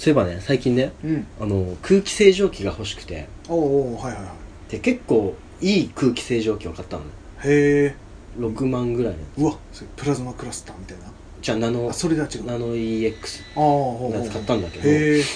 そういえばね最近ね、 うん、 空気清浄機が欲しくて、 おお、はいはいはで結構いい空気清浄機を買ったのね。 い。へえ。 6万ぐらいのやうわ、それプラズマクラスターみたいな。 つ。じゃああ、それでは違う。 ナノ EX ああ、ほうほうほうのやつ買ったんだけど、 へえ。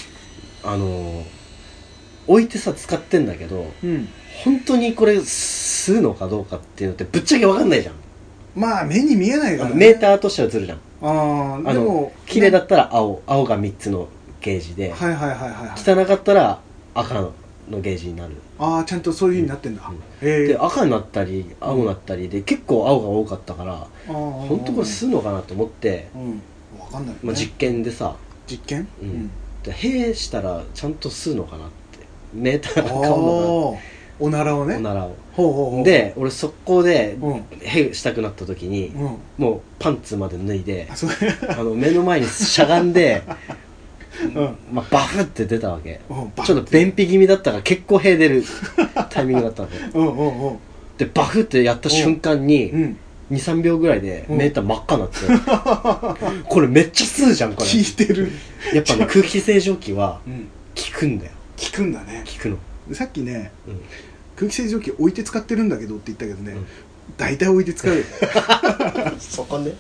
置いてさ使ってんだけど、 うん。 本当にこれ吸うのかどうかっていうのってぶっちゃけ分かんないじゃん。 まあ目に見えないからね。 メーターとしては映るじゃん。 ああ、でも綺麗だったら青が3つのゲージで、 はいはいはいはいはい。 汚かったら赤のゲージになる。 ああ、ちゃんとそういう風になってんだ。 うんへえ。 で赤になったり青になったりで、結構青が多かったから本当これ吸うのかなと思って、 うん。わかんないよね。 まあ、実験でさ、 実験？ でへーしたらちゃんと吸うのかなってメーターああ、 買うのおならをね。 かな、おならを。 ほうほうほう。 で俺速攻でうんへしたくなった時に、 うん。 もうパンツまで脱いであ、そう。 目の前にしゃがんでうんまあ、バフって出たわけ。 うんちょっと便秘気味だったから結構へ出るタイミングだったわけうんうんうん。 でバフってやった瞬間にうん。 2、3秒ぐらいでうんメーター真っ赤になってこれめっちゃ吸うじゃんこれ。 聞いてる。 やっぱね空気清浄機はうん。 効くんだよ。 聞くんだね。 効くの。 さっきね、 うん空気清浄機置いて使ってるんだけどって言ったけどね、 うん大体置いて使うよ。 そこね。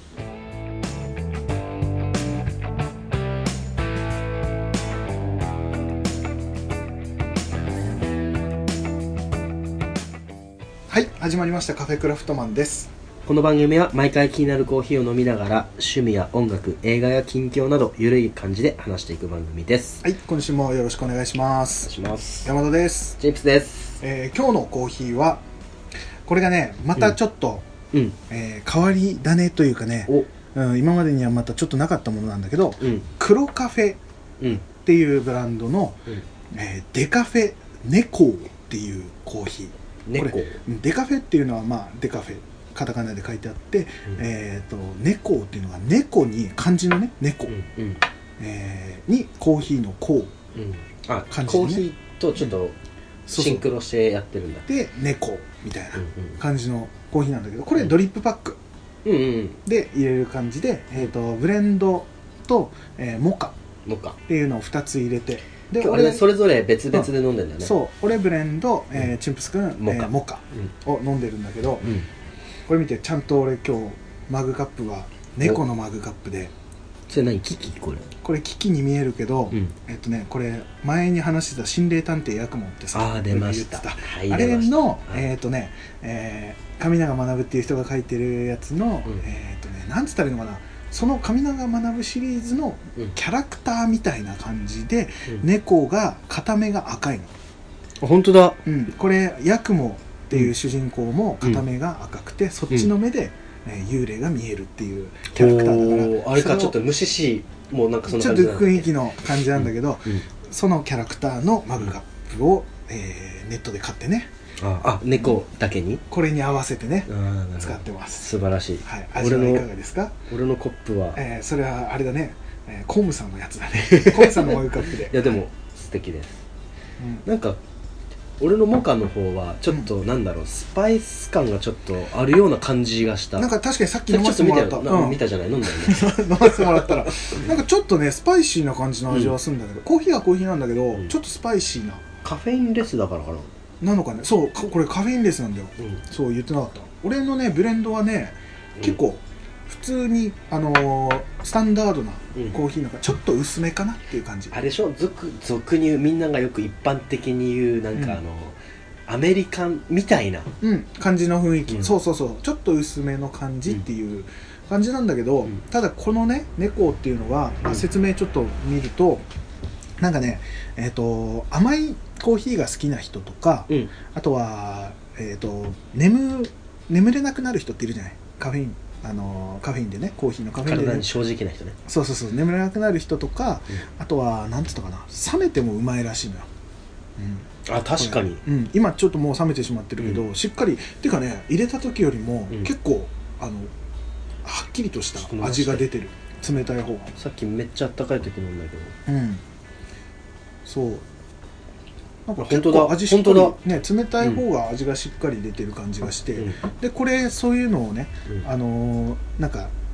はい、始まりましたカフェクラフトマンです。 この番組は毎回気になるコーヒーを飲みながら趣味や音楽、映画や近況などゆるい感じで話していく番組です。 はい、今週もよろしくお願いしまお願いす。 します。 山田です。 ジェイプスです。 今日のコーヒーはこれがねまたちょっと、 うん変わり種というかね、 お今までにはまたちょっとなかったものなんだけど、 うん黒カフェっうんていうブランドの、 うんデカフェネコーっていうコーヒー。 猫。 これデカフェっていうのはまあデカフェカタカナで書いてあって、ネコーっていうのが猫に漢字のね猫、 うんにコーヒーのコーうんあ感じでねコーヒーとちょっとシンクロしてやってるんだ。 で猫みたいなうん感じのコーヒーなんだけど、これドリップパックうんうんで入れる感じで、ブレンドと、モカモカ。 っていうのを2つ入れて、で今日俺それぞれ別々で飲んでんだよね。 そう俺ブレンド、チンプス君モカうんを飲んでるんだけど、 うんこれ見てちゃんと俺今日マグカップは猫のマグカップで、 それ何キキこれ。 これキキに見えるけど、 うんこれ前に話してた心霊探偵ヤクモってさ、 あー出ました言ってた、 はいあれの、 はい上永学っていう人が書いてるやつの、なんつったらいいのかな、その上永学シリーズのうんキャラクターみたいな感じで、 うん猫が片目が赤いの、 あ本当だ。 これヤクモっていう主人公も片目が赤くて、そっちの目で、幽霊が見えるっていうキャラクターだから、 おーあれかちょっと無視しもうなんかそんなちょっと感じだね。 雰囲気の感じなんだけど、 うんそのキャラクターのマグカップを、ネットで買ってね、 あ猫だけにこれに合わせてねあーなるほど使ってます。 素晴らしい。 はい、味はいかがですか？ 俺のコップはそれはあれだね、コムさんのやつだね。コムさんのマグカップで。 いやでも素敵です。 うん、 なんか俺のモカの方はちょっとなんだろう、スパイス感がちょっとあるような感じがした。 なんか確かにさっきさっ飲きちょっとませてもらった、 見たじゃない、飲んだよね。 飲ませてもらったらなんかちょっとねスパイシーな感じの味はするんだけど、コーヒーはコーヒーなんだけど、 うんちょっとスパイシーなカフェインレスだからかな。 なのかね。そうこれカフェインレスなんだよ。 うんそう言ってなかった。俺のねブレンドはね、結構普通にスタンダードなコーヒーの中、ちょっと薄めかなっていう感じ。 あれでしょ、俗に言う、みんながよく一般的に言うなんかアメリカンみたいな感じの雰囲気、 うんそうちょっと薄めの感じっていう感じなんだけど、 うんただこのね猫っていうのは、 うん説明ちょっと見るとなんかね甘いコーヒーが好きな人とか、 うんあとは眠れなくなる人っているじゃない、カフェインカフェインでね、コーヒーのカフェインで、 体に正直な人ね。 そう眠れなくなる人とか、あとはなんつったかな、冷めてもうまいらしいのよ、 あ確かに。 今ちょっともう冷めてしまってるけど、しっかりっていうかね、入れた時よりも結構、はっきりとした味が出てる、冷たい方が。 さっきめっちゃあったかい時飲んだけど、 そうなんか本当だ結構味しっかり本ね、冷たい方が味がしっかり出てる感じがして、 うんでこれそういうのをね、 うんなんか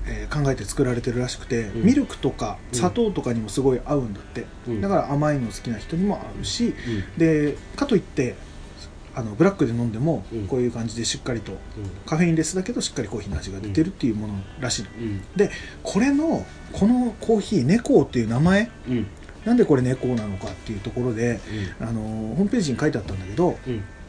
考えて作られてるらしくて、 うん、 ミルクとか砂糖とかにもすごい合うんだって、 うん、 だから甘いの好きな人にも合うし、 うん、 でかといってブラックで飲んでもこういう感じでしっかりと、カフェインレスだけどしっかりコーヒーの味が出てるっていうものらしいの、でこのコーヒーネコーっていう名前、なんでこれネコーなのかっていうところで、ホームページに書いてあったんだけど、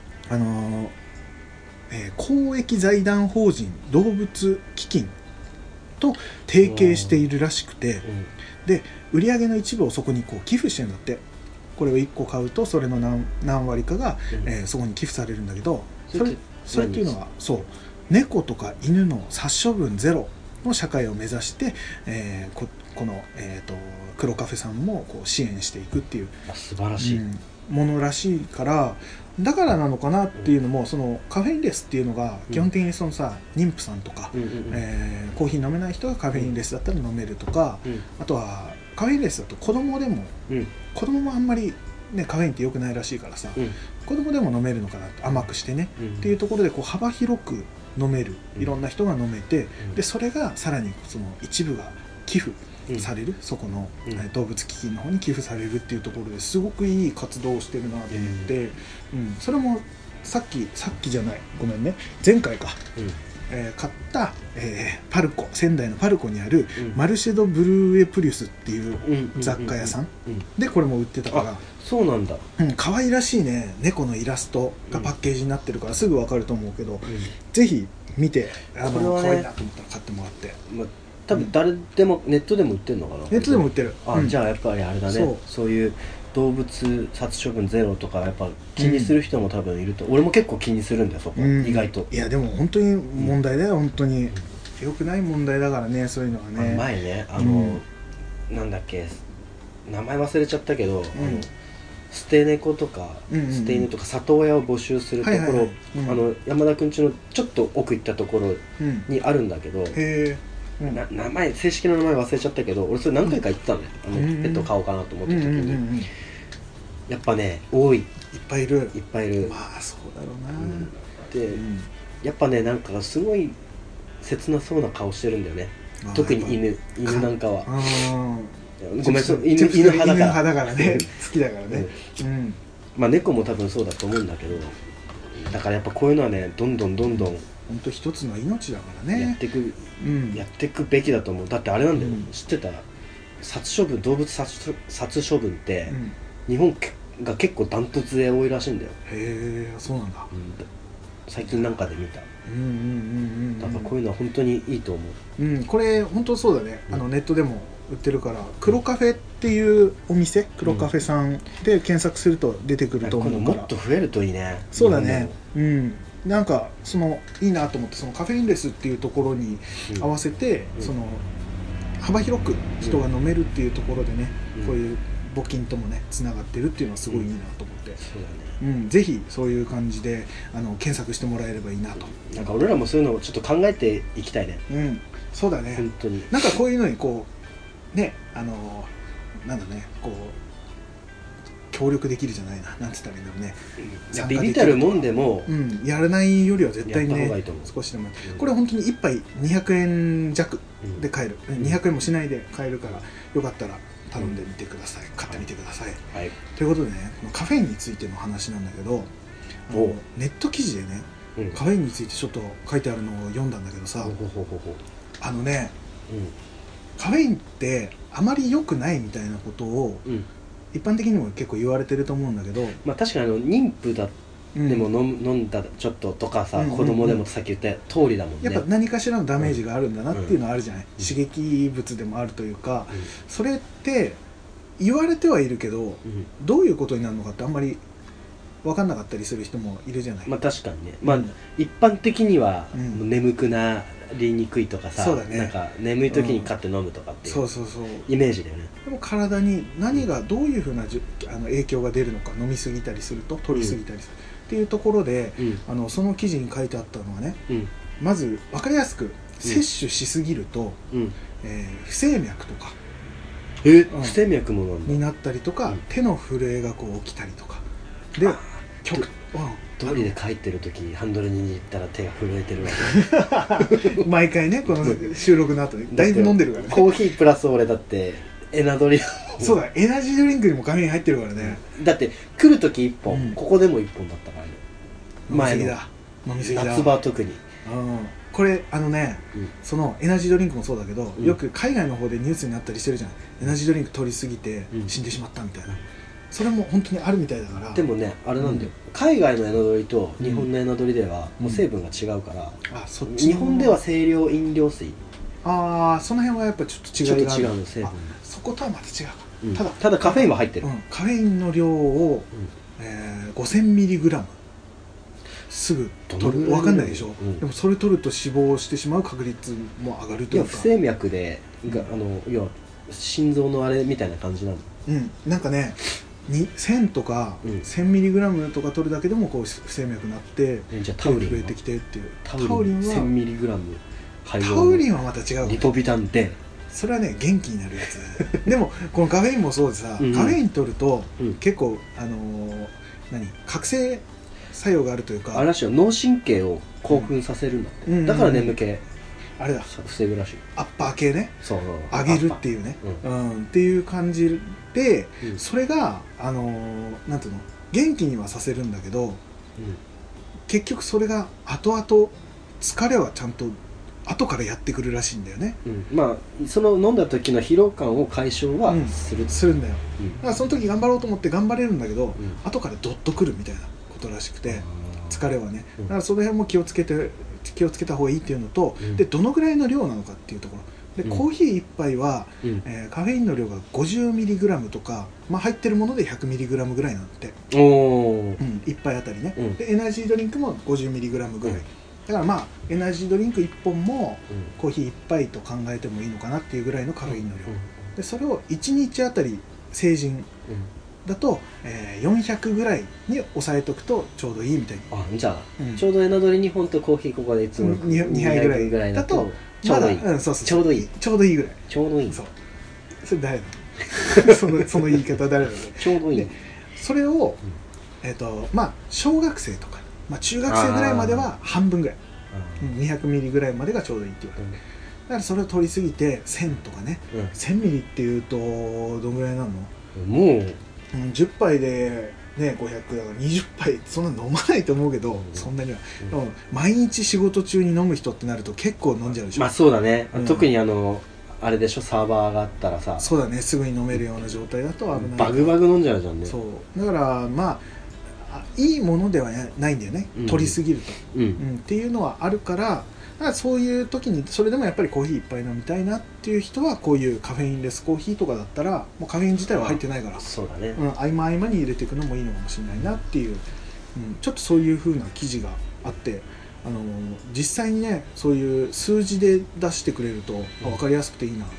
公益財団法人動物基金と提携しているらしくて、で売上の一部をそこにこう寄付してるんだって。これを1個買うとそれの何割かが、そこに寄付されるんだけど、それっていうのはそう猫とか犬の殺処分ゼロの社会を目指して、この、黒カフェさんもこう支援していくっていう素晴らしい、 ものらしいから、だからなのかなっていうのも、そのカフェインレスっていうのが基本的にそのさ、妊婦さんとか、コーヒー飲めない人がカフェインレスだったら飲めるとか、あとはカフェインレスだと子供もあんまり、ね、カフェインって良くないらしいからさ、子供でも飲めるのかな、甘くしてね、っていうところでこう幅広く飲める、いろんな人が飲めて、でそれがさらにその一部が寄付される、そこの、動物基金の方に寄付されるっていうところですごくいい活動をしてるなと思って、それもさっきじゃない、ごめんね、前回か、買った、パルコ、仙台のパルコにある、マルシェド・ブルーエプリウスっていう雑貨屋さんでこれも売ってたから、 そうなんだ、 可愛らしいね猫のイラストがパッケージになってるからすぐ分かると思うけど、ぜひ見て可愛いなと思ったら買ってもらって、 多分誰でもネットでも売ってるのかな。 ネットでも売ってる。 じゃあやっぱりあれだね、そういう動物殺処分ゼロとかやっぱ気にする人も多分いると、俺も結構気にするんだよそこ、意外と。 いやでも本当に問題だよ、本当に良くない問題だからね、そういうのはね。 前ねなんだっけ、名前忘れちゃったけど、捨て猫とか捨て犬とか里親を募集するところ、山田くん家のちょっと奥行ったところにあるんだけど、名前正式な名前忘れちゃったけど、俺それ何回か行ったのね、ペット飼おうかなと思った時に、やっぱね多い、いっぱいいる、 まあそうだろうな、 でやっぱねなんかすごい切なそうな顔してるんだよね、特に犬なんかは。ごめん、犬派だからね好きだからね。 まあ猫も多分そうだと思うんだけど、だからやっぱこういうのはねどんどん本当一つの命だからね、 やっていくべきだと思う。だってあれなんだよ、知ってた？動物殺処分って、日本が結構ダントツで多いらしいんだよ。 へえ、そうなんだ。 最近なんかで見た。だからこういうのは本当にいいと思う。これ本当そうだね。ネットでも売ってるから、黒カフェっていうお店、黒カフェさんで検索すると出てくると思うから、 もっと増えるといいね。 そうだね。なんかいいなと思って、そのカフェインレスっていうところに合わせて、その幅広く人が飲めるっていうところでね、こういう募金ともねつながってるっていうのはすごいいいなと思って、ぜひそういう感じで検索してもらえればいいなと。 なんか俺らもそういうのをちょっと考えていきたいね。 そうだね。 本当になんかこういうのにこうね、なんだね、こう協力できるじゃないな、なんつったらいいんだろうね。 ビビたるもんでも、 やらないよりは絶対にね、少しでも。これ本当に1杯200円弱で買える、200円もしないで買えるから、よかったら頼んでみてください、買ってみてください。ということでね、カフェインについての話なんだけど、ネット記事でね、カフェインについてちょっと書いてあるのを読んだんだけどさ、カフェインってあまり良くないみたいなことを、一般的にも結構言われてると思うんだけど、 確かに妊婦だでも飲んだちょっととかさ、子供でもさっき言った通りだもんね。 やっぱ何かしらのダメージがあるんだなっていうのはあるじゃない、刺激物でもあるというか、それって言われてはいるけど、どういうことになるのかってあんまり分かんなかったりする人もいるじゃない。 確かにね、一般的には眠くなりにくいとかさ、なんか眠い時に買って飲むとかっていうイメージだよね。 でも体に何がどういうふうな影響が出るのか、飲み過ぎたりすると、取り過ぎたりするっていうところで、その記事に書いてあったのはね、まず分かりやすく摂取しすぎると、不整脈とか不整脈もになったりとか、手の震えがこう起きたりとかで、 一人で帰ってる時ハンドル握ったら手が震えてるわけ毎回ねこの収録の後にだいぶ飲んでるからね。 コーヒープラス俺だってエナドリそうだ、エナジードリンクにもカフェイン入ってるからね。 だって来る時1本、 うん、 ここでも1本だったからね。 前の飲みすぎだ、 夏場は特に、 これね、 うん、 そのエナジードリンクもそうだけど、よく海外の方でニュースになったりしてるじゃん。エナジードリンク取りすぎて死んでしまったみたいな、それも本当にあるみたいだから。 でもねあれなんだよ、海外のエナドリと日本のエナドリではもう成分が違うから、 そっち日本では清涼飲料水、 その辺はやっぱちょっと違いがある。 ちょっと違うの成分、 そことはまた違うか、 ただカフェインは入ってる、 カフェインの量を、5000mg すぐ取る。分かんないでしょ、でもそれ取ると死亡してしまう確率も上がるというか。 いや不整脈で、要は心臓のあれみたいな感じなの。 なんかね1000とか 1000mg とか取るだけでもこう不整脈になってじゃあタウリン増えてきてっていう。 タウリンは 1000mg タウリンはまた違う。 リポビタンでそれはね元気になるやつでもこのカフェインもそうでさ、カフェイン取ると、結構覚醒作用があるというか、 あれらしいよ、脳神経を興奮させるんだって、だから眠気あれだ防ぐらしい。 アッパー系ね、 そう上げるっていうね、っていう感じで、それがなんていうの、元気にはさせるんだけど、結局それが後々疲れはちゃんと後からやってくるらしいんだよね、 まあその飲んだ時の疲労感を解消はするんだよ、だからその時頑張ろうと思って頑張れるんだけど、後からドッとくるみたいなことらしくて、疲れはね、だからその辺も気をつけた方がいいっていうのと、でどのぐらいの量なのかっていうところで、コーヒー1杯は、カフェインの量が 50mg とか、入ってるもので 100mg ぐらいなんて、1杯あたりね、でエナジードリンクも 50mg ぐらい、だからエナジードリンク1本もコーヒー1杯と考えてもいいのかなっていうぐらいのカフェインの量、でそれを1日あたり成人だと、400ぐらいに抑えとくとちょうどいいみたいな。 じゃあ、ちょうどエナドリ2本とコーヒーここでいつも 2杯ぐらいだとちょうどいい、 ちょうどいいちょうどいいぐらい、 ちょうどいい、 そう、それ誰だその言い方誰だろうちょうどいい。 それを、小学生とか、中学生ぐらいまでは半分ぐらい、200ミリぐらいまでがちょうどいいって言われる、だからそれを取りすぎて1000とかね、1000ミリっていうとどんぐらいなの？ もう 10杯でね500だから20杯そんな飲まないと思うけど、そんなには、毎日仕事中に飲む人ってなると結構飲んじゃうでしょ。 そうだね、特にあれでしょ、サーバーがあったらさ、 そうだね、すぐに飲めるような状態だと危ない、 バグバグ飲んじゃうじゃんね。 そうだからいいものではないんだよね、取りすぎると、っていうのはあるから、だからそういう時にそれでもやっぱりコーヒーいっぱい飲みたいなっていう人はこういうカフェインレスコーヒーとかだったらもうカフェイン自体は入ってないから、 そうだね、 合間合間に入れていくのもいいのかもしれないなっていう、ちょっとそういう風な記事があって、実際にねそういう数字で出してくれると分かりやすくていいなと思って、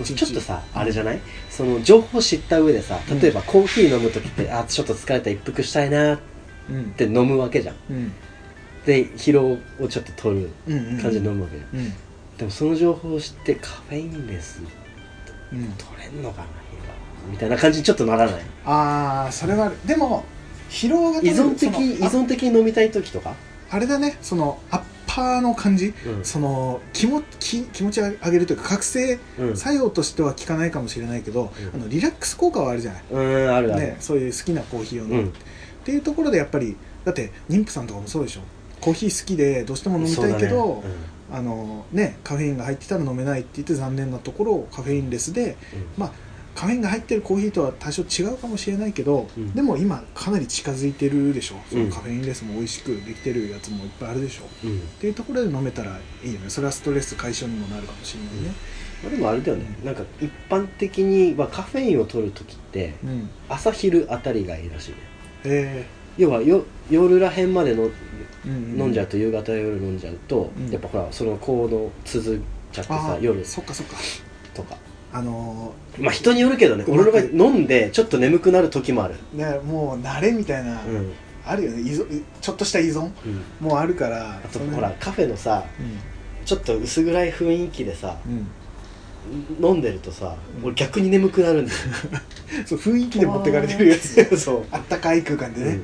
ちょっとさ、あれじゃない、その情報を知った上でさ、例えばコーヒー飲む時って、ちょっと疲れた一服したいなって飲むわけじゃん、で疲労をちょっと取る感じで飲むわけじゃん、でもその情報を知ってカフェインレス取れんのかな、みたいな感じにちょっとならない？ それはある。でも疲労が依存的に飲みたい時とかあれだね、そのアッパーの感じ、その気持ち上げるというか覚醒作用としては効かないかもしれないけど、リラックス効果はあるじゃない、 あるある、 ね、そういう好きなコーヒーを飲む、っていうところでやっぱりだって妊婦さんとかもそうでしょ、コーヒー好きでどうしても飲みたいけど、カフェインが入ってたら飲めないって言って残念なところをカフェインレスで、カフェインが入ってるコーヒーとは多少違うかもしれないけど、でも今かなり近づいてるでしょ、そのカフェインレスも美味しくできてるやつもいっぱいあるでしょ、っていうところで飲めたらいいよね。それはストレス解消にもなるかもしれないね。 でもあれだよね、なんか一般的にはカフェインを取るときって、朝昼あたりがいいらしいね。要は夜らへんまで飲んじゃうと、夕方夜飲んじゃうと、やっぱほらその行動続っちゃってさ、夜そっかとか、人によるけどね、俺の場合飲んでちょっと眠くなる時もあるね、もう慣れみたいな、あるよね、ちょっとした依存もあるから。 あとほらカフェのさ、ちょっと薄暗い雰囲気でさ、飲んでるとさ、俺逆に眠くなるんだよそう、雰囲気で持ってかれてるやつそう、 あったかい空間でね、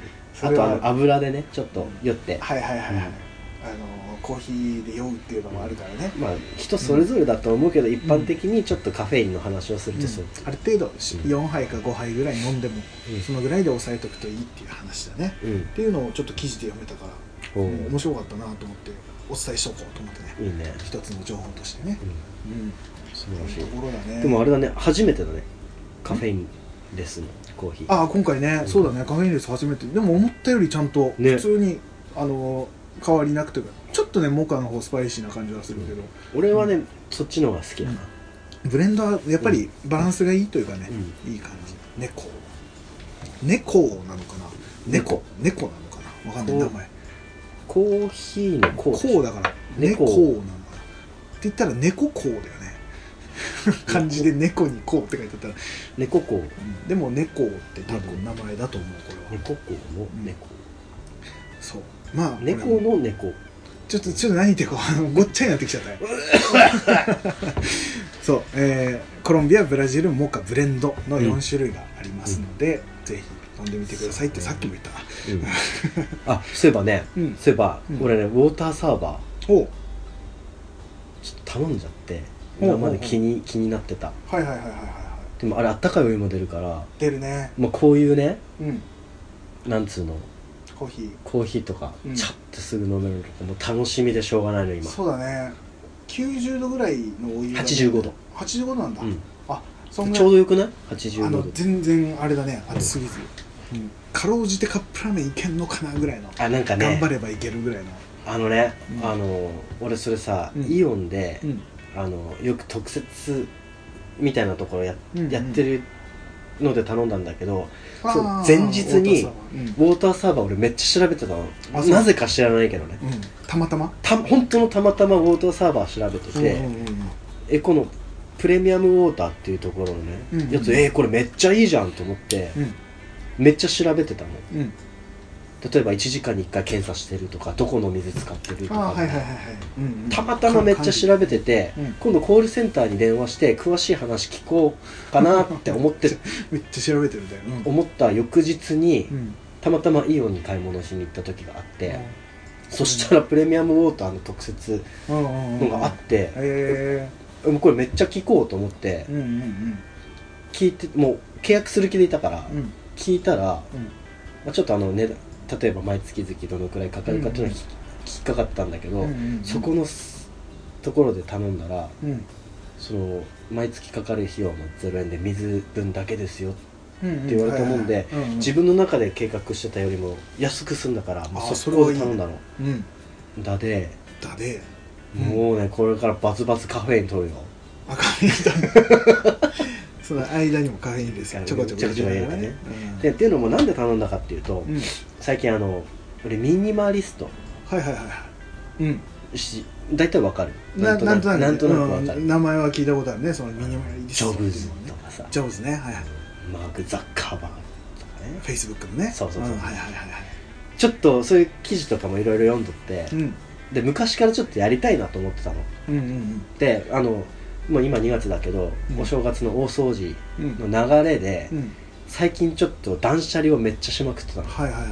あと油でねちょっと酔って、 はいはいはいはい、コーヒーで酔うっていうのもあるからね、 まあ人それぞれだと思うけど、一般的にちょっとカフェインの話をするとそう、 ある程度4杯か5杯ぐらい飲んでも、そのぐらいで抑えとくといいっていう話だね、っていうのをちょっと記事で読めたから、面白かったなと思ってお伝えしとこうと思ってね、いいね、一つの情報としてね、 素晴らしいところだね。 でもあれだね、初めてだねカフェインレスのコーヒー。 今回ね、そうだね、カフェインレス初めて。でも思ったよりちゃんと普通に、変わりなくて、ちょっとねモカの方スパイシーな感じはするけど、 俺はねそっちの方が好きだな。 ブレンドはやっぱりバランスがいいというかね、いい感じ。猫なのかな、猫なのかな、わかんない名前。 コーヒーのコーだから猫なのかなって言ったら猫コーだよね漢字で猫にコーって書いてあったら猫コー、 でも猫って多分名前だと思う、これは猫コーの猫、 そう、まあ猫の猫、 ちょっと何言ってこうごっちゃになってきちゃったよそう、コロンビア、ブラジル、モカ、ブレンドの4種類がありますので、ぜひ飲んでみてくださいってさっきも言った、 そういえばね、そういえば俺ねウォーターサーバーをちょっと頼んじゃって、今まで気になってた。 はいはいはいはいはい。 でもあれあったかいお湯も出るから、 出るね。 まあこういうね、なんつうの、 コーヒーとかチャッてすぐ飲めるとかもう楽しみでしょうがないの今。 そうだね。90度ぐらいのお湯が、 85度。 85度なんだ。 ちょうどよくない？85度。 全然あれだね、熱すぎず。かろうじてカップラーメンいけんのかなぐらいの。 なんかね。 頑張ればいけるぐらいの。俺それさ、イオンでよく特設みたいなところやってるので頼んだんだけど、前日にウォーターサーバー俺めっちゃ調べてたの。なぜか知らないけどね、 たまたま本当のたまたまウォーターサーバー調べてて、このプレミアムウォーターっていうところのねやつ、これめっちゃいいじゃんと思ってめっちゃ調べてたの。例えば1時間に1回検査してるとか、どこの水使ってるとか、たまたまめっちゃ調べてて、今度コールセンターに電話して詳しい話聞こうかなって思ってめっちゃ調べてるんだよ、 思った翌日にたまたまイオンに買い物しに行った時があって、そしたらプレミアムウォーターの特設のがあって、これめっちゃ聞こうと思って聞いて、もう契約する気でいたから聞いたら、ちょっと例えば毎月々どのくらいかかるかっていうのは引っかかったんだけど、そこのところで頼んだら、その毎月かかる費用も0円で水分だけですよって言われたもんで、自分の中で計画してたよりも安く済んだから、もうそこで頼んだの。だでもうね、これからバツバツカフェイン取るよ。 カフェインだその間にもカフェインですよ、ちょこちょこ入れてね。 っていうのもなんで頼んだかっていうと、最近俺ミニマリスト、大体わかる、 なんとなくわかる、名前は聞いたことあるね、そのミニマリスト。 ジョブズとかさ、 ジョブズね、 マーク・ザッカーバーとかね、 フェイスブックのね、 そうちょっとそういう記事とかもいろいろ読んどって、で昔からちょっとやりたいなと思ってたの。でもう今2月だけど、お正月の大掃除の流れで、最近ちょっと断捨離をめっちゃしまくってたの。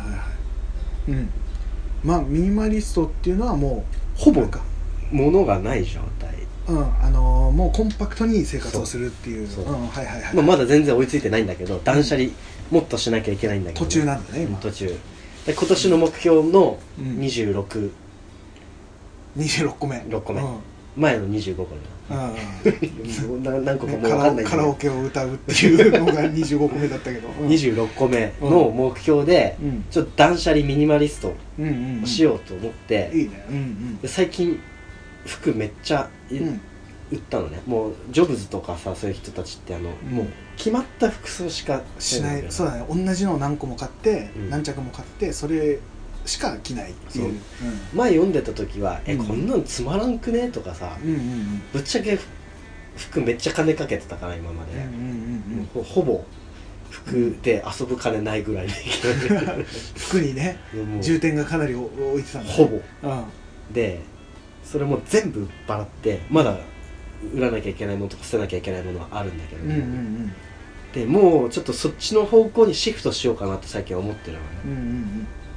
まあミニマリストっていうのはもうほぼ物がない状態、 もうコンパクトに生活をするっていう。 まだ全然追いついてないんだけど、断捨離もっとしなきゃいけないんだけど、 途中なんだね今。 途中で今年の目標の26 個目前の25個何個かもう分かんない、 カラオケを歌うっていうのが25個目だったけど 26個目の目標でちょっと断捨離ミニマリストをしようと思って、で最近服めっちゃ売ったのね。もうジョブズとかさ、そういう人たちってもう決まった服装しかしない。そうだね、同じのを何個も買って何着も買ってそれしか着ないっていう。 前読んでた時はこんなのつまらんくねとかさ、ぶっちゃけ服めっちゃ金かけてたから今まで、ほぼ服で遊ぶ金ないぐらいで服にね重点がかなり置いてたんだね、 ほぼ。でそれも全部払って、まだ売らなきゃいけないものとか捨てなきゃいけないものはあるんだけど、でもうちょっとそっちの方向にシフトしようかなって最近思ってるのね。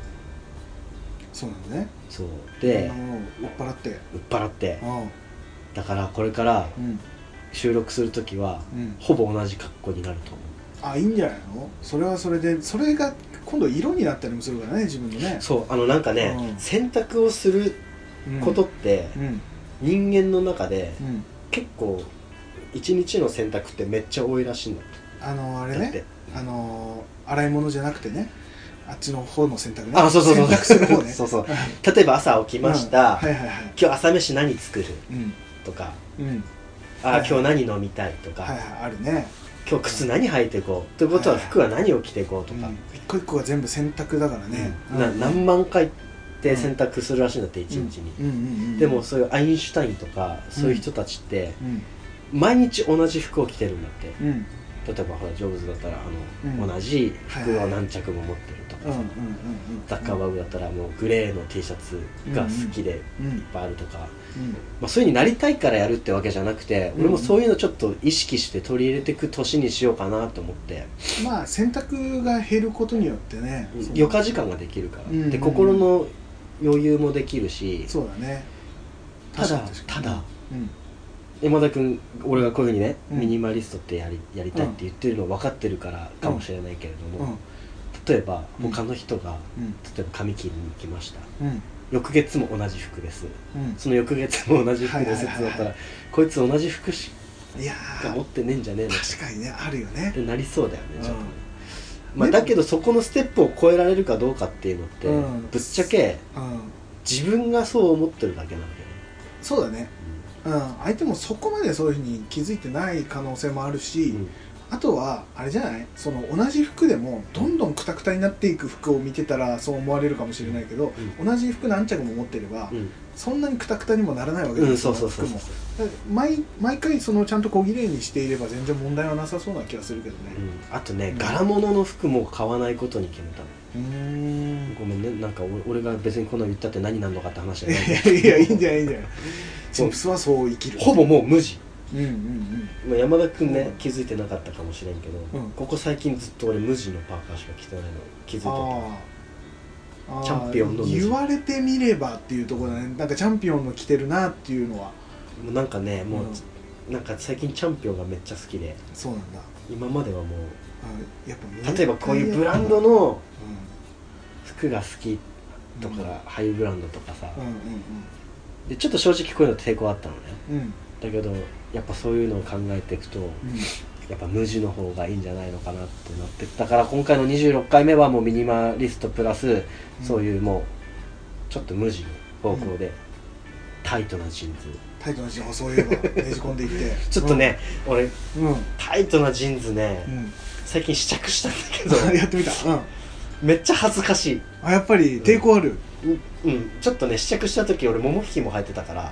そうなんだね。 そうで、 売っ払って、 だからこれからうん、 収録するときは、 うん、 ほぼ同じ格好になると思う。 あ、いいんじゃないの。それはそれで、それが今度色になったりもするからね、自分のね。 そうなんかね、 うん、 選択をすることって、 うん、 人間の中で、 うん、 結構一日の選択ってめっちゃ多いらしいんだ。 あれね、洗い物じゃなくてね、あっちの方の選択ね。 そう選択する方ね。 そうそう例えば朝起きました、 はいはいはい、 今日朝飯何作る、 うん、 とか、 うん、 今日何飲みたいとか、 はいはい、あるね。 今日靴何履いていこうということは服は何を着ていこうとか、 一個一個が全部選択だからね、 何万回って選択するらしいんだって、一日に。でもそういうアインシュタインとかそういう人たちって、毎日同じ服を着てるんだって、例えばほらジョブズだったら同じ服を何着も持ってるとかさ、ザッカーバーグだったらもうグレーの T シャツが好きでいっぱいあるとか、そういう風になりたいからやるってわけじゃなくて、俺もそういうのちょっと意識して取り入れていく年にしようかなと思って。 まあ選択が減ることによってね、 余暇時間ができるから、で心の余裕もできるし。そうだね。ただ、山田君、俺がこういうふうにね、ミニマリストってやりたいって言ってるの分かってるからかもしれないけれども、例えば他の人が、例えば髪切りに行きました、翌月も同じ服です、その翌月も同じ服ですってなったら、こいつ同じ服しか持ってねえんじゃねえの、 確かにね、あるよねってなりそうだよね、ちょっとね。だけどそこのステップを超えられるかどうかっていうのって、ぶっちゃけ自分がそう思ってるだけなんだよね。 そうだね。相手もそこまでそういうふうに気づいてない可能性もあるし、あとはあれじゃない、その同じ服でもどんどんクタクタになっていく服を見てたらそう思われるかもしれないけど、同じ服何着も持ってれば、そんなにクタクタにもならないわけですよ、服も。毎回そのちゃんと小綺麗にしていれば全然問題はなさそうな気がするけどね。 あとね、柄物の服も買わないことに決めたの。ごめんね、なんか俺が別にこんなの言ったって何なんのかって話じゃない。 いや、いいんじゃない、いいんじゃない。チンプスはそう生きる。 ほぼもう無地。山田君ね、気づいてなかったかもしれんけど、ここ最近ずっと俺無地のパーカーしか着てないの気づいてた。チャンピオンの無地。 言われてみればっていうところだね。なんかチャンピオンの着てるなっていうのは。 なんかね、もうなんか最近チャンピオンがめっちゃ好きで。 そうなんだ。 今まではもうやっぱ例えばこういうブランドの服が好きとか、ハイブランドとかさ、でちょっと正直こういうの抵抗あったのね、だけどやっぱそういうのを考えていくと、やっぱ無地の方がいいんじゃないのかなってなってだから今回の26回目はもうミニマリストプラス、そういうもうちょっと無地の方向で、タイトなジーンズ、 そういえばねじ込んでいってちょっとね、俺、タイトなジーンズね、最近試着したんだけどやってみた、 めっちゃ恥ずかしい。 やっぱり抵抗ある。 ちょっとね、試着した時俺もも引きも履いてたから、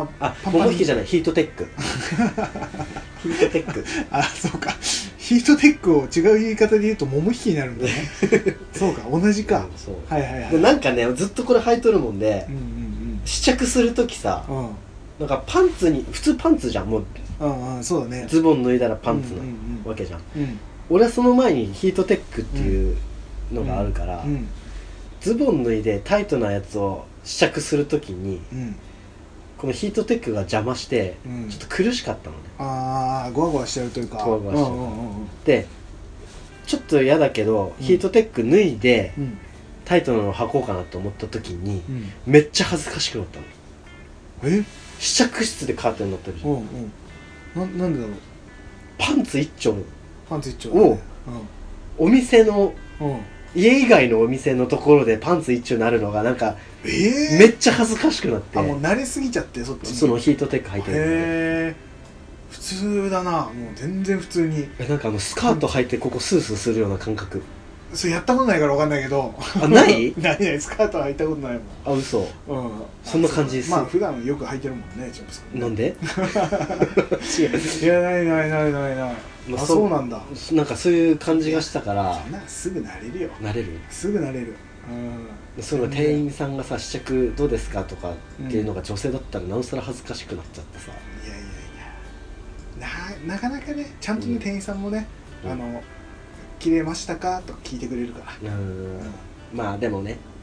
もも引きじゃない、ヒートテックヒートテックそうか、ヒートテックを違う言い方で言うともも引きになるんだねそうか、同じか、はいはいはい。 なんかね、ずっとこれ履いとるもんで、試着する時さ、なんかパンツに、普通パンツじゃん、もうそうだね、 ズボン脱いだらパンツなわけじゃん。俺はその前にヒートテックっていうのがあるから、ズボン脱いでタイトなやつを試着するときに、このヒートテックが邪魔して、ちょっと苦しかったのね。 ゴワゴワしちゃうというか、 ゴワゴワしちゃうで、ちょっと嫌だけど、ヒートテック脱いで、タイトなのを履こうかなと思ったときに、めっちゃ恥ずかしくなったの。試着室でカーテンになってるじゃん。 なんでだろう。 パンツ一丁を、 お店の、家以外のお店のところでパンツ一丁になるのがなんか、めっちゃ恥ずかしくなって、 もう慣れすぎちゃって、そっちにそのヒートテック履いてるので、 普通だな、もう全然普通に。 なんかスカート履いてここスースーするような感覚。 それやったことないから分かんないけど。 ないないスカート履いたことないもん。 嘘。そんな感じです。 まあ普段よく履いてるもんね、チョップス君。 なんでいや、ないそうなんだ。 なんかそういう感じがしたから。 そんなすぐ慣れるよ。すぐ慣れる。 その店員さんがさ、試着どうですかとかっていうのが女性だったらなおさら恥ずかしくなっちゃってさ。 なかなかね、ちゃんとね、店員さんもね、切れましたかと聞いてくれるから。 まあでもね、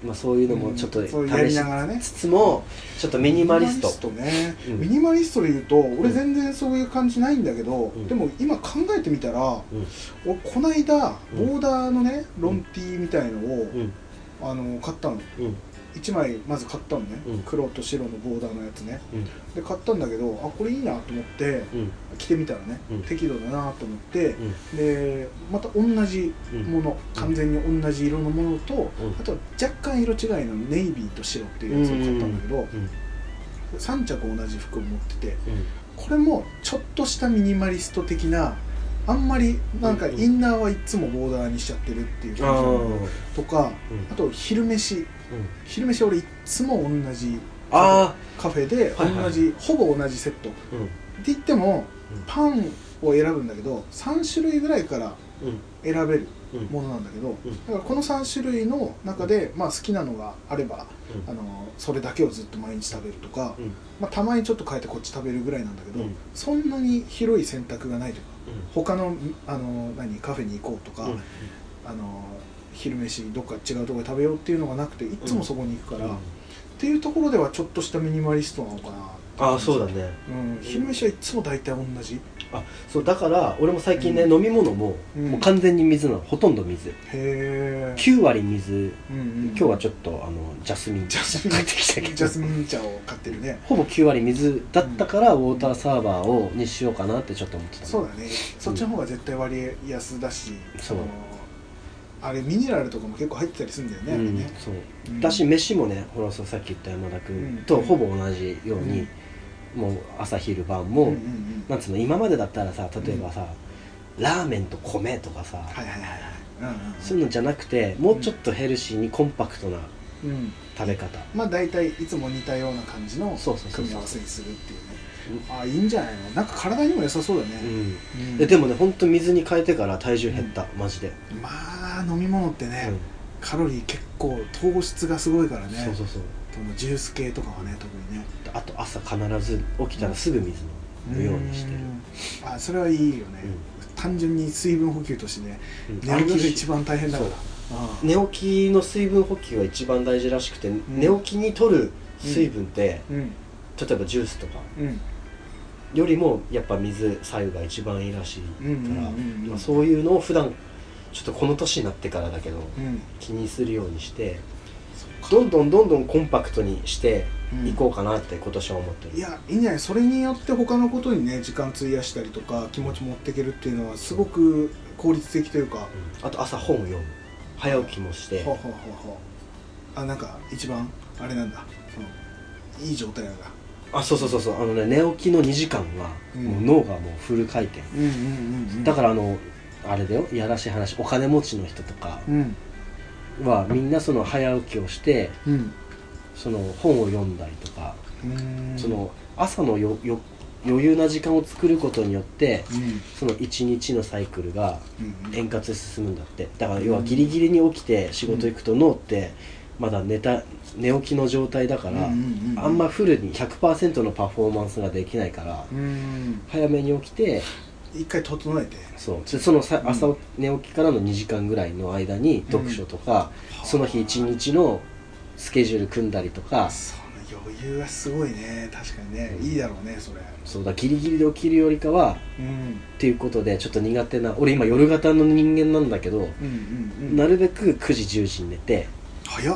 まあ、そういうのもちょっと試しつつも、ちょっとミニマリストね、ミニマリストで言うと俺全然そういう感じないんだけど、でも今考えてみたら、俺この間ボーダーのねロンティーみたいのを買ったの、1枚まず買ったのね、黒と白のボーダーのやつね、で買ったんだけどこれいいなと思って、着てみたらね、適度だなと思って、でまた同じもの、完全に同じ色のものと、あとは若干色違いのネイビーと白っていうやつを買ったんだけど、3着同じ服を持ってて、これもちょっとしたミニマリスト的な、あんまりなんかインナーはいつもボーダーにしちゃってるっていう感じなのとか、あと昼飯俺いつも同じカフェで同じ、ほぼ同じセット、って言ってもパンを選ぶんだけど3種類ぐらいから選べるものなんだけど、だからこの3種類の中で、まあ、好きなのがあれば、それだけをずっと毎日食べるとか、まあ、たまにちょっと変えてこっち食べるぐらいなんだけど、そんなに広い選択がないというか、他の、カフェに行こうとか、昼飯どっか違うところで食べようっていうのがなくて、いつもそこに行くから、っていうところではちょっとしたミニマリストなのかな。 そうだね、 昼飯はいつも大体同じ。 そうだから俺も最近ね、飲み物も、もう完全に水なの、ほとんど水。9割水、今日はちょっとジャスミン茶買ってきたけど、 ジャスミン茶を買ってるね。 ほぼ9割水だったから、ウォーターサーバーにしようかなってちょっと思ってた。 そうだね、そっちの方が絶対割安だし、あれミネラルとかも結構入ってたりするんだよね。 そうだし、飯もね、ほらさっき言った山田君とほぼ同じように、もう朝昼晩も、なんつうの、今までだったらさ、例えばさ、ラーメンと米とかさ、そういうのじゃなくて、もうちょっとヘルシーにコンパクトな食べ方、 まあ大体いつも似たような感じの組み合わせにするっていうね。いいんじゃないの。なんか体にも良さそうだね。 でもね、ほんと水に変えてから体重減った、マジで。 まあ飲み物ってね、カロリー結構糖質がすごいからね。そうジュース系とかはね、特にね。 あと朝必ず起きたらすぐ水飲むようにしてる。 それはいいよね。単純に水分補給としてね、寝起きが一番大変だから。 寝起きの水分補給が一番大事らしくて、寝起きに摂る水分って、例えばジュースとかよりもやっぱ水白湯が一番いいらしいから、そういうのを普段ちょっとこの年になってからだけど、気にするようにして、どんどんコンパクトにしていこうかなって今年は思ってる。 いや、いいんじゃない。それによって他のことにね、時間費やしたりとか気持ち持っていけるっていうのはすごく効率的というか。 あと朝本を読む、早起きもして、 なんか一番あれなんだ、いい状態なんだ。 そう寝起きの2時間はもう脳がもうフル回転。だからあれだよ、いやらしい話、お金持ちの人とかはみんなその早起きをして、その本を読んだりとか、その朝の余裕な時間を作ることによって、その一日のサイクルが円滑に進むんだって。だから要はギリギリに起きて仕事行くと、脳ってまだ寝起きの状態だから、あんまフルに 100% のパフォーマンスができないから、早めに起きて一回整えて、 その朝寝起きからの2時間ぐらいの間に読書とか、その日一日のスケジュール組んだりとか。 その余裕はすごいね。確かにね、いいだろうね、それ。 そうだ、ギリギリで起きるよりかは、っていうことでちょっと苦手な、俺今夜型の人間なんだけど、なるべく9時10時に寝て。 早っ。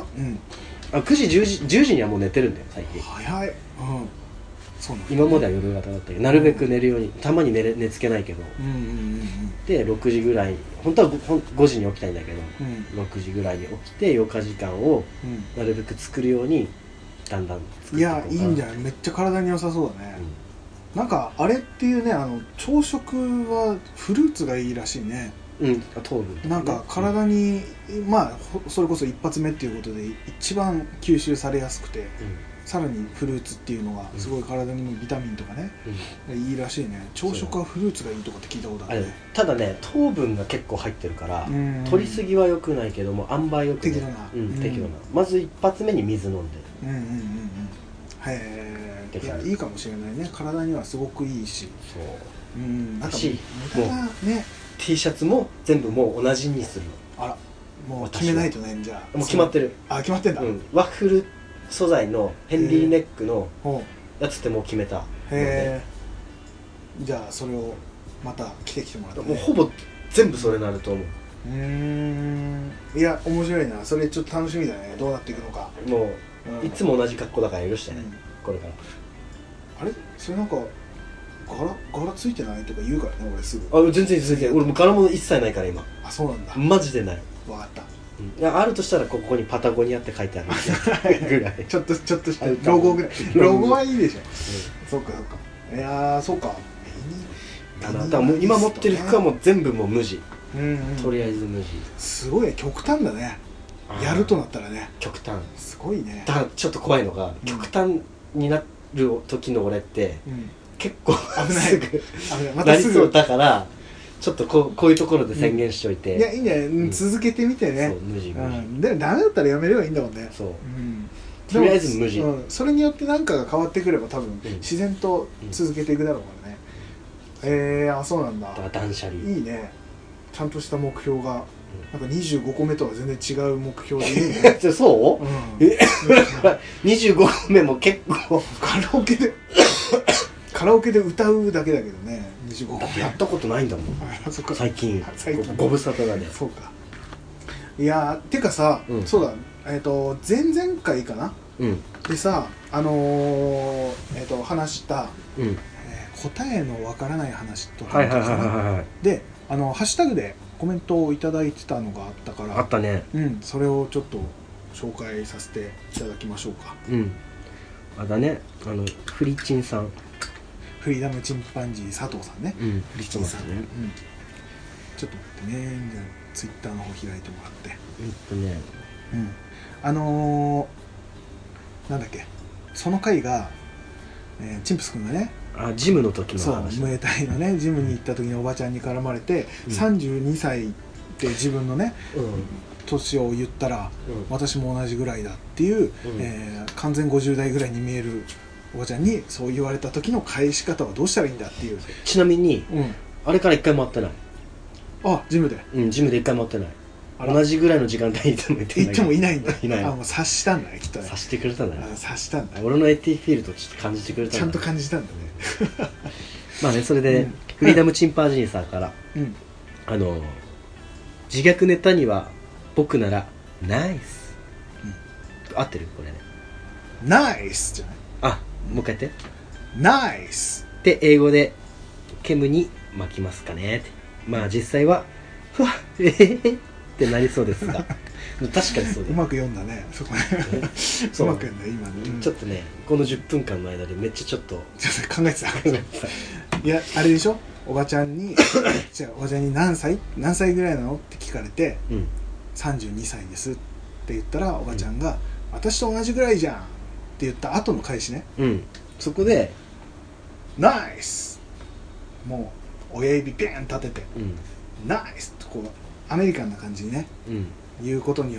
9時10時にはもう寝てるんだよ最近。 早い。そうなんだ。 今までは夜型だったけど、なるべく寝るように、たまに寝つけないけど、で6時ぐらい、本当は5時に起きたいんだけど、6時ぐらいに起きて余暇時間をなるべく作るようにだんだん作っていこうかな。 いや、いいんじゃない。めっちゃ体に良さそうだね。なんかあれっていうね、朝食はフルーツがいいらしいね。 糖分、 なんか体に、まあそれこそ一発目っていうことで一番吸収されやすくて、さらにフルーツっていうのがすごい体にもビタミンとかね、いいらしいね。朝食はフルーツがいいとかって聞いたことあるね。 ただね、糖分が結構入ってるから、取りすぎは良くないけども、塩梅よくね、適度な。まず一発目に水飲んで。 いいかもしれないね。体にはすごくいいし。 なんか無駄なね。T シャツも全部もう同じにするの。 もう決めないとね。じゃあもう決まってる。 あ、決まってんだ、 ワッフル素材のヘンリーネックのやつってもう決めた。 へえ。じゃあそれをまた着てきてもらって、ね、 もうほぼ全部それになると思う。 いや面白いな。それちょっと楽しみだね。どうなっていくのか。 もう、いつも同じ格好だから許してね、これから。 あれそれなんか柄ついてないとか言うからね、俺すぐ。 全然俺もう柄物一切ないから今。 あ、そうなんだ。 マジでない。 分かった。 いや、あるとしたらここにパタゴニアって書いてあるぐらい。 ちょっとしたロゴぐらい。ロゴはいいでしょ。そっかそっか。いやー、そうか。 だからもう今持ってる服はもう全部もう無地。とりあえず無地。 すごい極端だね。やるとなったらね。 極端。 すごいね。 だからちょっと怖いのが、極端になる時の俺って結構危ない。 なりそうだから、ちょっとこういうところで宣言しておいて。 いや、いいね。続けてみてね。 そう、無地。 でもダメだったらやめればいいんだもんね。 そう。とりあえず無地。 それによって何かが変わってくれば多分自然と続けていくだろうからね。あ、そうなんだ。 断捨離。 いいね。ちゃんとした目標がなんか25個目とは全然違う目標でいいね。 そう？25個目も結構カラオケで歌うだけだけどね。25個目やったことないんだもん。最近ご無沙汰だね。 そうか。いやてかさ、そうだ、前々回かな、でさ、話した、答えのわからない話とかで、ハッシュタグでコメントをいただいてたのがあったから、 あったね。 それをちょっと紹介させていただきましょうか。 あだね、フリチンさん、 フリーダムチンパンジー佐藤さんね。 フリチンさんね。 ちょっと待ってね。じゃあツイッターの方開いてもらって。なんだっけ、その回が、チンプス君がね、 ジムの時の話。 そう、ムエタイのね、ジムに行った時におばちゃんに絡まれて、32歳って自分のね、年を言ったら、私も同じぐらいだっていう、完全50代ぐらいに見えるおばちゃんにそう言われた時の返し方はどうしたらいいんだっていう。 ちなみに、あれから一回も会ってない。 ジムで。 ジムで一回も会ってない。同じぐらいの時間帯に行ってもいないんだ。 いない。 もう察したんだね、きっとね。 察してくれたんだね。 察したんだ。 俺のエティフィールドちょっと感じてくれたんだ。 ちゃんと感じたんだね。 まあね、それでフリーダムチンパンジーさんから自虐ネタには僕ならナイス、合ってるこれね。 ナイスじゃない。 もう一回やって。 ナイスで英語でケムに巻きますかねって。まあ実際はふわっってなりそうですが確かにそうでうまく読んだね。そこねうまく読んだ今ね。 ちょっとね、この10分間の間でめっちゃちょっと考えてた。いや、あれでしょ、おばちゃんにじゃあおばちゃんに何歳ぐらいなのって聞かれて、32歳ですって言ったら、おばちゃんが、私と同じぐらいじゃんって言った後の返しね。 そこでナイス、もう親指ピーン立てて、ナイスとこうアメリカンな感じにね、言うことによって、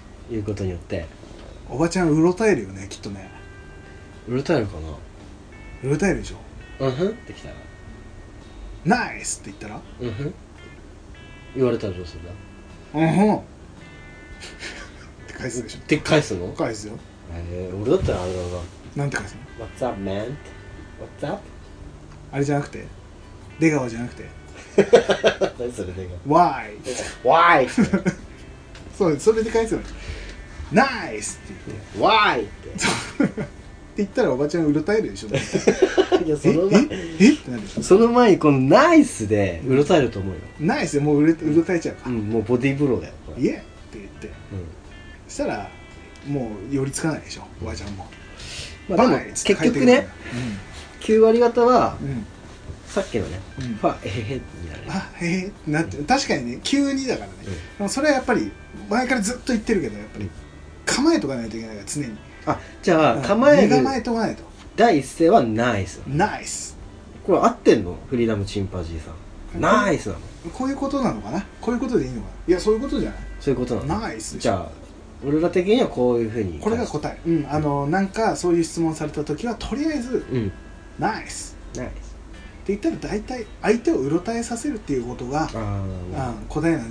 おばちゃんうろたえるよね、きっとね。 うろたえるかな。 うろたえるでしょ。 ってきたらナイスって言ったら、 言われたらどうするんだ。 って返すでしょ。 って返すの？ 返すよ。 俺だったらあれだな。 なんて返すの？ What's up man? What's up? あれじゃなくて、出川じゃなくて何それ出川 Why そう、それで返すよ。ナイスって言って Why って言ったらおばちゃんうろたえるでしょ。 いや、その前ってなるでしょ。 その前にこのナイスでうろたえると思うよ。 ナイスでもううろたえちゃうか。 もうボディーブローだよ。 イエって言って、そしたらもう寄りつかないでしょ、おばちゃんも。 まあでも結局ね、9割方はさっきのね、ファへへになる。 へへってなって、確かにね、急にだからね。でもそれはやっぱり前からずっと言ってるけど、やっぱり構えとかないといけないから、常に。 じゃあ構える、 構えとかないと。 第一声はナイス。 ナイス。 これ合ってんの？フリーダムチンパンジーさん。ナイスなの？ こういうことなのかな？こういうことでいいのかな？いや、そういうことじゃない？ そういうことなの？ ナイス。 じゃあ俺ら的にはこういうふうに、 これが答え。なんかそういう質問された時はとりあえずナイスって言ったら、大体相手をうろたえさせるっていうことが答えなんじゃないかと。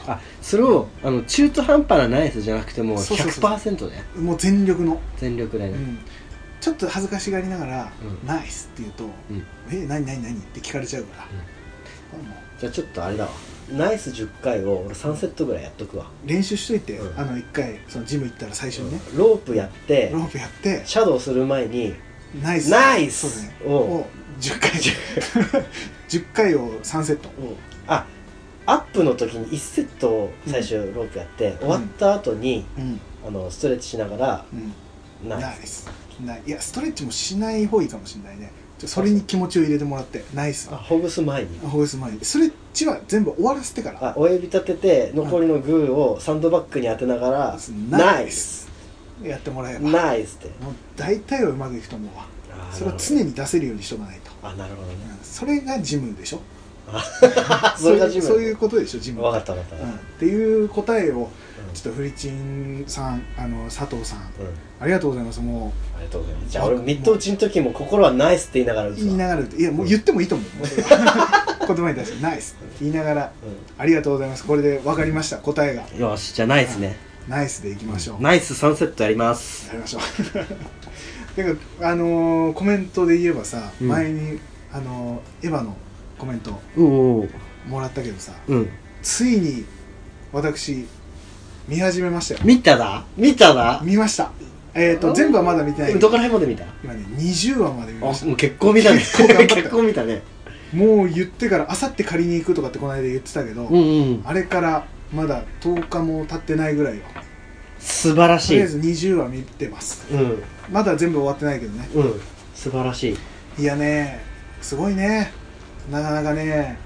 あ、それを中途半端なナイスじゃなくてもう 100% ね。 もう全力の全力でね、 ちょっと恥ずかしがりながら、ナイスって言うと、何って聞かれちゃうから、 じゃあちょっとあれだわ、ナイス10回を俺3セットぐらいやっとくわ。 練習しといて、1回そのジム行ったら最初にね、 ロープやってシャドウする前にナイスを10回10回を3セット、 アップの時に1セットを最初ロープやって、終わった後にストレッチしながらナイス。 いやストレッチもしない方がいいかもしれないね。それに気持ちを入れてもらってナイス。 ほぐす前にストレッチは全部終わらせてから、 親指立てて残りのグーをサンドバッグに当てながらナイスやってもらえばナイスってもう大体はうまくいくと思うわ。それを常に出せるようにしとかないと。 なるほどね。 それがジムでしょ。 それがジム。 そういうことでしょジム。 分かったっていう答えをちょっとフリチンさん、佐藤さん、ありがとうございます。もうありがとうございます。じゃあ俺ミッド打ちの時も心はナイスって言いながら打つわ。 いやもう言ってもいいと思う。言葉に対してナイス言いながら、ありがとうございます。これで分かりました答えが。 よし、じゃあナイスね。ナイスでいきましょう。 ナイス3セットやります。 やりましょう。てかコメントで言えばさ、前にエヴァのコメントもらったけどさ、ついに私見始めましたよ。見ました。全部はまだ見てない。 どこら辺まで見た？ 今ね20話まで見ました。 もう結構見たね。結構見たね。 もう言ってからあさって借りに行くとかってこの間言ってたけど、あれからまだ10日も経ってないぐらいよ。 素晴らしい。 とりあえず20話見てます。まだ全部終わってないけどね。 素晴らしい。 いやね、すごいね。なかなかね。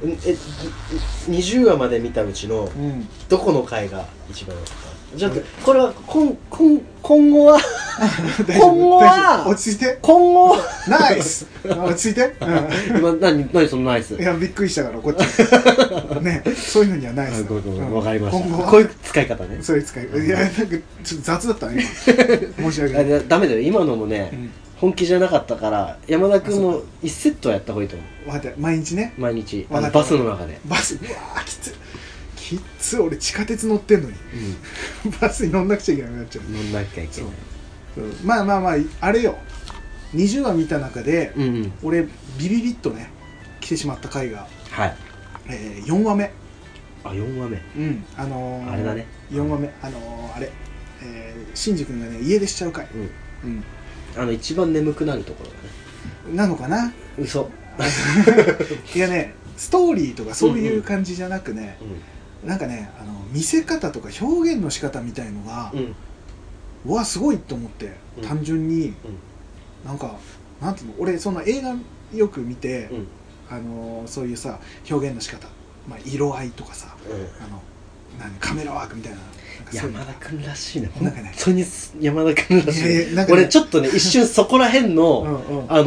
20話まで見たうちのどこの回が一番良かった？ちょっとこれは今後は落ち着いて。 今後ナイス。落ち着いて。 今何そのナイス。 いやびっくりしたからこっち。ね、そういうのにはナイス。 わかりました。こういう使い方ね。 そういう使い方。いやなんかちょっと雑だったね。申し訳ない。 ダメだよ。今のもね本気じゃなかったから山田君も1セットやった方がいいと思う。 分かった。毎日ね。 毎日バスの中で。 バス。うわきつい。きつい。俺地下鉄乗ってんのに、バスに乗んなくちゃいけなくなっちゃう。 乗んなきゃいけない。 まああれよ、20話見た中で、俺ビビビッとね来てしまった回が、4話目。 4話目。あれだね。 4話目あれシンジ君がね家出しちゃう回。 一番眠くなるところだね。 なのかな。 嘘。 いやね、ストーリーとかそういう感じじゃなくね、なんかね見せ方とか表現の仕方みたいのが、うわすごいと思って、単純に、なんかなんていうの、俺その映画よく見て、そういうさ表現の仕方、色合いとかさ、カメラワークみたいな。 山田君らしいね。本当に山田君らしい。俺ちょっとね一瞬そこら辺の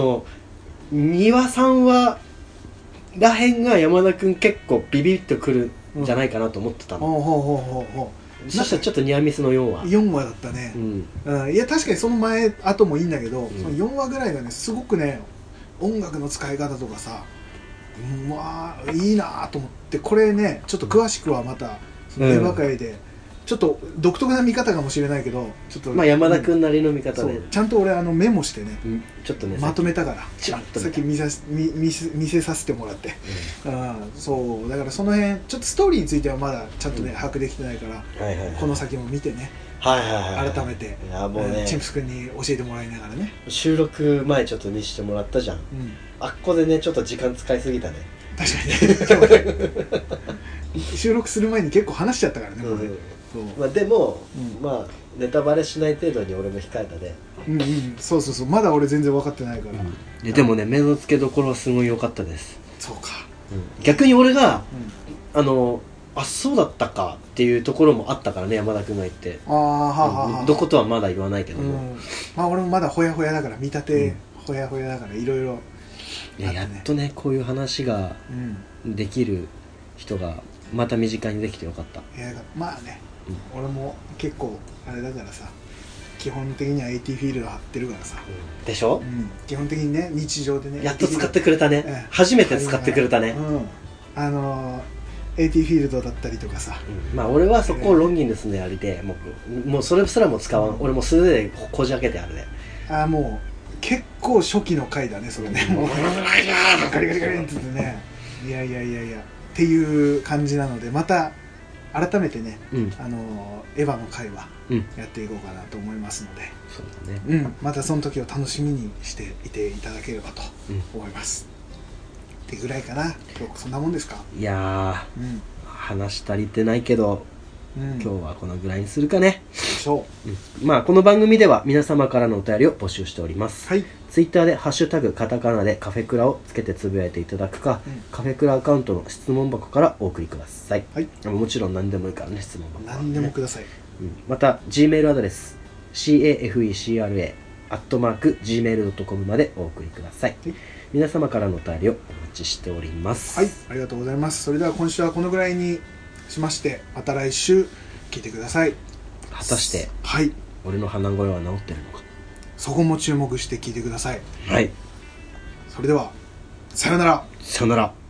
2話3話らへんが山田君結構ビビッとくるんじゃないかなと思ってたの。そしたらちょっとニアミスの4 話だったね。いや確かにその前後もいいんだけど、その4話ぐらいがねすごくね音楽の使い方とかさ、いいなと思って、これねちょっと詳しくはまたそのエヴァ界でちょっと独特な見方かもしれないけど、ちょっと山田君なりの見方でちゃんと俺メモしてね、 ちょっとねまとめたからさっき見せさせてもらって、そうだからその辺ちょっとストーリーについてはまだちゃんとね把握できてないから、この先も見てね、改めてチンプス君に教えてもらいながらね。 収録前ちょっと見せてもらったじゃん。あっこでねちょっと時間使いすぎたね。 確かにね。収録する前に結構話しちゃったからね。 でもネタバレしない程度に俺も控えたで。 そうまだ俺全然分かってないから。 でもね目の付けどころはすごい良かったです。 そうか。 逆に俺がそうだったかっていうところもあったからね、山田君が言って。どことはまだ言わないけども。 俺もまだほやほやだから、見立てほやほやだからいろいろ。 やっとねこういう話ができる人がまた身近にできてよかった。 まあね、俺も結構あれだからさ、基本的には AT フィールド張ってるからさ。 でしょ。 基本的にね日常でね。 やっと使ってくれたね。初めて使ってくれたね。 AT フィールドだったりとかさ、 まあ俺はそこをロンギンで住んでやりて、もうそれすらも使わん、俺もう素手でこじ開けてやるで。 もう結構初期の回だねそれね、もうガリガリガリってってね、いやっていう感じなので、また改めてね、エヴァの回はやっていこうかなと思いますので、そうだね、またその時を楽しみにしていていただければと思います、ってぐらいかな。今日そんなもんですか。 いや話足りてないけど、今日はこのぐらいにするかね。 でしょう。まあこの番組では皆様からのお便りを募集しております。 はい。 ツイッターでハッシュタグカタカナでカフェクラをつけてつぶやいていただくか、カフェクラアカウントの質問箱からお送りください。はい。もちろん何でもいいからね、質問箱は、ね。何でもください。また Gmail アドレス cafecra@gmail.com までお送りください。はい。皆様からのお便りをお待ちしております。 はい、ありがとうございます。それでは今週はこのぐらいにしまして、また来週聞いてください。 果たしてはい俺の鼻声は治ってるのか、 そこも注目して聞いてください。 はい。 それではさよなら。 さよなら。